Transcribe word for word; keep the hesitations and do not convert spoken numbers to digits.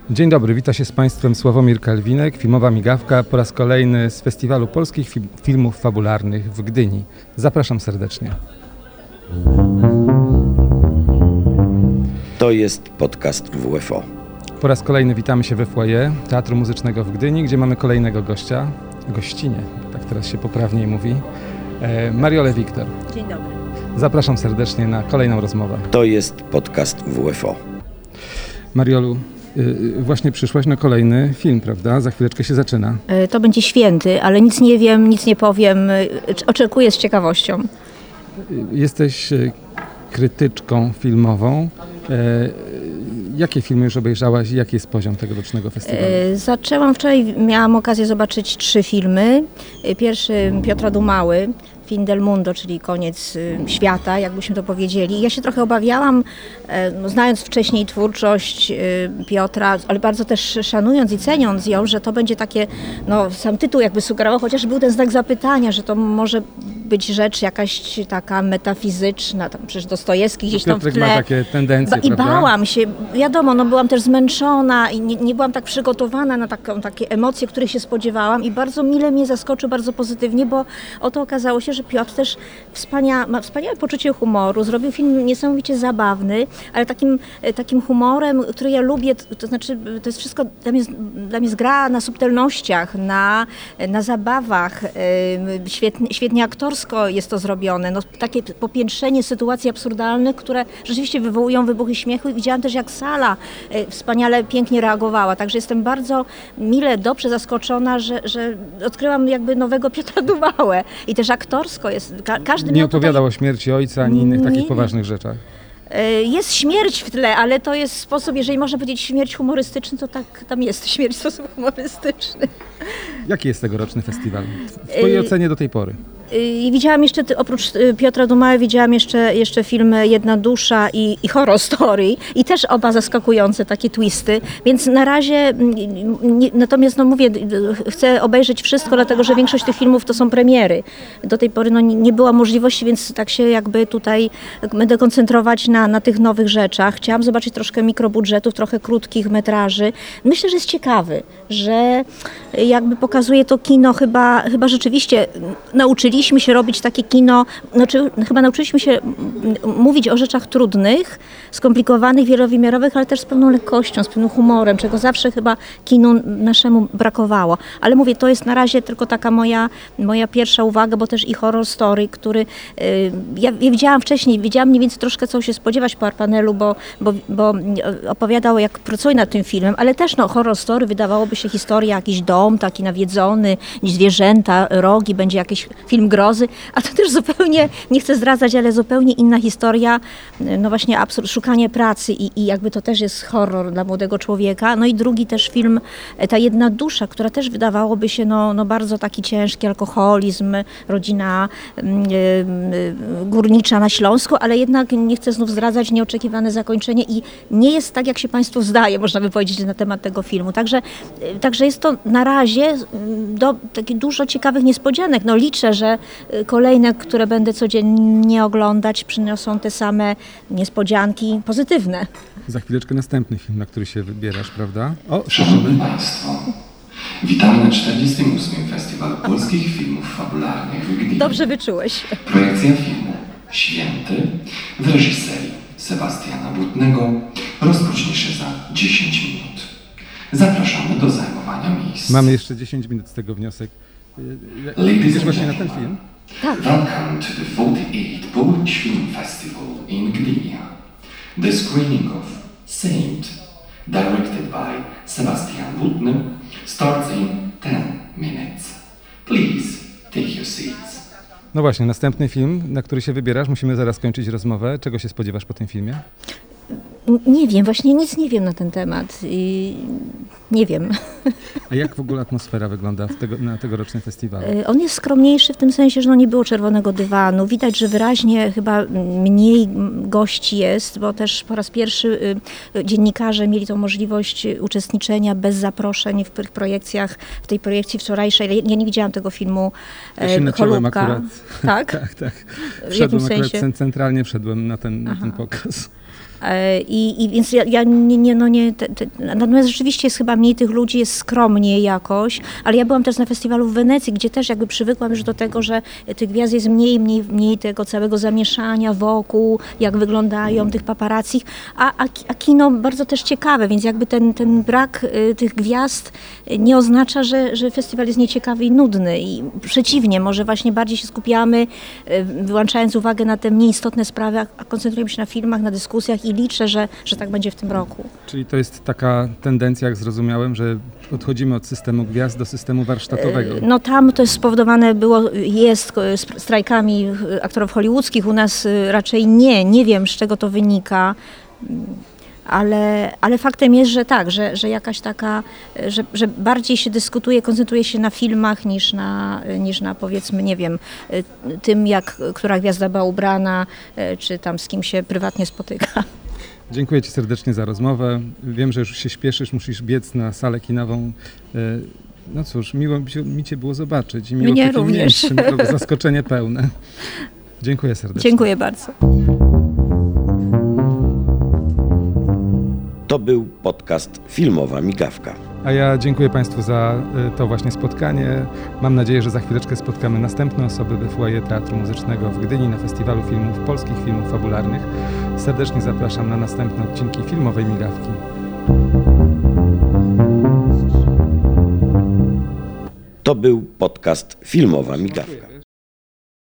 Dzień dobry, wita się z Państwem Sławomir Kalwinek, filmowa migawka po raz kolejny z Festiwalu Polskich Fi- Filmów Fabularnych w Gdyni. Zapraszam serdecznie. To jest podcast W F O. Po raz kolejny witamy się we foyer Teatru Muzycznego w Gdyni, gdzie mamy kolejnego gościa, gościnie, tak teraz się poprawniej mówi, e, Mariolę Wiktor. Dzień dobry. Zapraszam serdecznie na kolejną rozmowę. To jest podcast W F O. Mariolu, y, właśnie przyszłaś na kolejny film, prawda? Za chwileczkę się zaczyna. To będzie święty, ale nic nie wiem, nic nie powiem. Oczekuję z ciekawością. Y, Jesteś y, krytyczką filmową. E, Jakie filmy już obejrzałaś i jaki jest poziom tegorocznego festiwalu? Zaczęłam wczoraj, miałam okazję zobaczyć trzy filmy. Pierwszy Piotra Dumały, Fin del Mundo, czyli koniec świata, jakbyśmy to powiedzieli. Ja się trochę obawiałam, no, znając wcześniej twórczość Piotra, ale bardzo też szanując i ceniąc ją, że to będzie takie, no sam tytuł jakby sugerował, chociaż był ten znak zapytania, że to może być rzecz jakaś taka metafizyczna, tam przecież Dostojewski gdzieś tam w Piotrek tle. ma takie tendencje, ba- I prawda? bałam się, wiadomo, no byłam też zmęczona i nie, nie byłam tak przygotowana na taką, takie emocje, których się spodziewałam i bardzo mile mnie zaskoczył, bardzo pozytywnie, bo oto okazało się, że Piotr też wspania- ma wspaniałe poczucie humoru, zrobił film niesamowicie zabawny, ale takim, takim humorem, który ja lubię, to, to znaczy to jest wszystko, dla mnie, dla mnie jest gra na subtelnościach, na, na zabawach, yy, świetnie, świetnie aktorsko jest to zrobione, no, takie popiętrzenie sytuacji absurdalnych, które rzeczywiście wywołują wybuchy śmiechu i widziałam też, jak sala yy, wspaniale, pięknie reagowała, także jestem bardzo mile, dobrze zaskoczona, że, że odkryłam jakby nowego Piotra Dumałę i też aktorsko jest, ka- każdy Nie miał opowiadał tutaj... o śmierci ojca ani innych takich Nie. poważnych rzeczach. Jest śmierć w tle, ale to jest sposób, jeżeli można powiedzieć śmierć humorystyczny, to tak tam jest śmierć w sposób humorystyczny. Jaki jest tegoroczny festiwal? W Twojej Yy, ocenie do tej pory? I widziałam jeszcze, oprócz Piotra Dumały, widziałam jeszcze, jeszcze filmy Jedna dusza i, i Horror Story i też oba zaskakujące takie twisty, więc na razie, nie, natomiast no mówię, chcę obejrzeć wszystko, dlatego że większość tych filmów to są premiery. Do tej pory no, nie, nie była możliwości, więc tak się jakby tutaj będę koncentrować na, na tych nowych rzeczach. Chciałam zobaczyć troszkę mikrobudżetów, trochę krótkich metraży. Myślę, że jest ciekawy, że jakby pokazuje to kino chyba, chyba rzeczywiście nauczyli Nauczyliśmy się robić takie kino, znaczy chyba nauczyliśmy się mówić o rzeczach trudnych, skomplikowanych, wielowymiarowych, ale też z pewną lekkością, z pewnym humorem, czego zawsze chyba kinu naszemu brakowało. Ale mówię, to jest na razie tylko taka moja, moja pierwsza uwaga, bo też i Horror Story, który yy, ja, ja widziałam wcześniej, wiedziałam mniej więcej troszkę, co się spodziewać po Arpanelu, bo, bo, bo opowiadał, jak pracuje nad tym filmem, ale też no, Horror Story wydawałoby się historia, jakiś dom taki nawiedzony, zwierzęta, rogi, będzie jakiś film grozy, a to też zupełnie, nie chcę zdradzać, ale zupełnie inna historia, no właśnie absurd, szukanie pracy i, i jakby to też jest horror dla młodego człowieka. No i drugi też film, Ta jedna dusza, która też wydawałoby się no, no bardzo taki ciężki, alkoholizm, rodzina y, y, górnicza na Śląsku, ale jednak nie chcę znów zdradzać, nieoczekiwane zakończenie i nie jest tak, jak się Państwu zdaje, można by powiedzieć na temat tego filmu. Także, także jest to na razie do, takie dużo ciekawych niespodzianek. No liczę, że kolejne, które będę codziennie oglądać, przyniosą te same niespodzianki pozytywne. Za chwileczkę następny film, na który się wybierasz, prawda? O, Szanowni Państwo, witamy na czterdziestym ósmym Festiwalu Polskich Filmów Fabularnych w Gdyni. Dobrze wyczułeś. Projekcja filmu Święty w reżyserii Sebastiana Butnego rozpocznie się za dziesięć minut. Zapraszamy do zajmowania miejsc. Mamy jeszcze dziesięć minut z tego wniosek. Idziesz właśnie na ten film? Tak. Welcome to the forty-eighth Polish Film Festival in Gdynia. The screening of Saint, directed by Sebastian Butny, starts in ten minutes. Please take your seats. No właśnie, następny film, na który się wybierasz, musimy zaraz kończyć rozmowę. Czego się spodziewasz po tym filmie? Nie wiem, właśnie nic nie wiem na ten temat. I nie wiem. A jak w ogóle atmosfera wygląda w tego, na tegorocznym festiwalu? On jest skromniejszy w tym sensie, że no nie było czerwonego dywanu. Widać, że wyraźnie chyba mniej gości jest, bo też po raz pierwszy dziennikarze mieli tą możliwość uczestniczenia bez zaproszeń w projekcjach, w tej projekcji wczorajszej. Ja nie widziałam tego filmu Ja się naciąłem akurat. Tak? tak, tak. W Wszedłem jakim akurat, sensie? centralnie wszedłem na ten, na ten pokaz. I, i więc ja, ja nie, nie, no nie, te, te, natomiast rzeczywiście jest chyba mniej tych ludzi, jest skromniej jakoś, ale ja byłam też na festiwalu w Wenecji, gdzie też jakby przywykłam już do tego, że tych gwiazd jest mniej, mniej, mniej tego całego zamieszania wokół, jak wyglądają tych paparazzich, a, a, a kino bardzo też ciekawe, więc jakby ten, ten brak y, tych gwiazd nie oznacza, że, że festiwal jest nieciekawy i nudny i przeciwnie, może właśnie bardziej się skupiamy, y, wyłączając uwagę na te mniej istotne sprawy, a, a koncentrujemy się na filmach, na dyskusjach i liczę, że, że tak będzie w tym roku. Czyli to jest taka tendencja, jak zrozumiałem, że odchodzimy od systemu gwiazd do systemu warsztatowego. No tam to jest spowodowane było, jest strajkami aktorów hollywoodzkich, u nas raczej nie, nie wiem z czego to wynika. Ale, ale faktem jest, że tak, że, że jakaś taka, że, że bardziej się dyskutuje, koncentruje się na filmach niż na, niż na powiedzmy, nie wiem, tym jak która gwiazda była ubrana, czy tam z kim się prywatnie spotyka. Dziękuję Ci serdecznie za rozmowę. Wiem, że już się śpieszysz, musisz biec na salę kinową. No cóż, miło mi Cię było zobaczyć i miło Mnie w takim również. miejscu, naprawdę zaskoczenie pełne. Dziękuję serdecznie. Dziękuję bardzo. To był podcast Filmowa Migawka. A ja dziękuję Państwu za to właśnie spotkanie. Mam nadzieję, że za chwileczkę spotkamy następne osoby we foyer Teatru Muzycznego w Gdyni na Festiwalu Filmów Polskich Filmów Fabularnych. Serdecznie zapraszam na następne odcinki Filmowej Migawki. To był podcast Filmowa Migawka.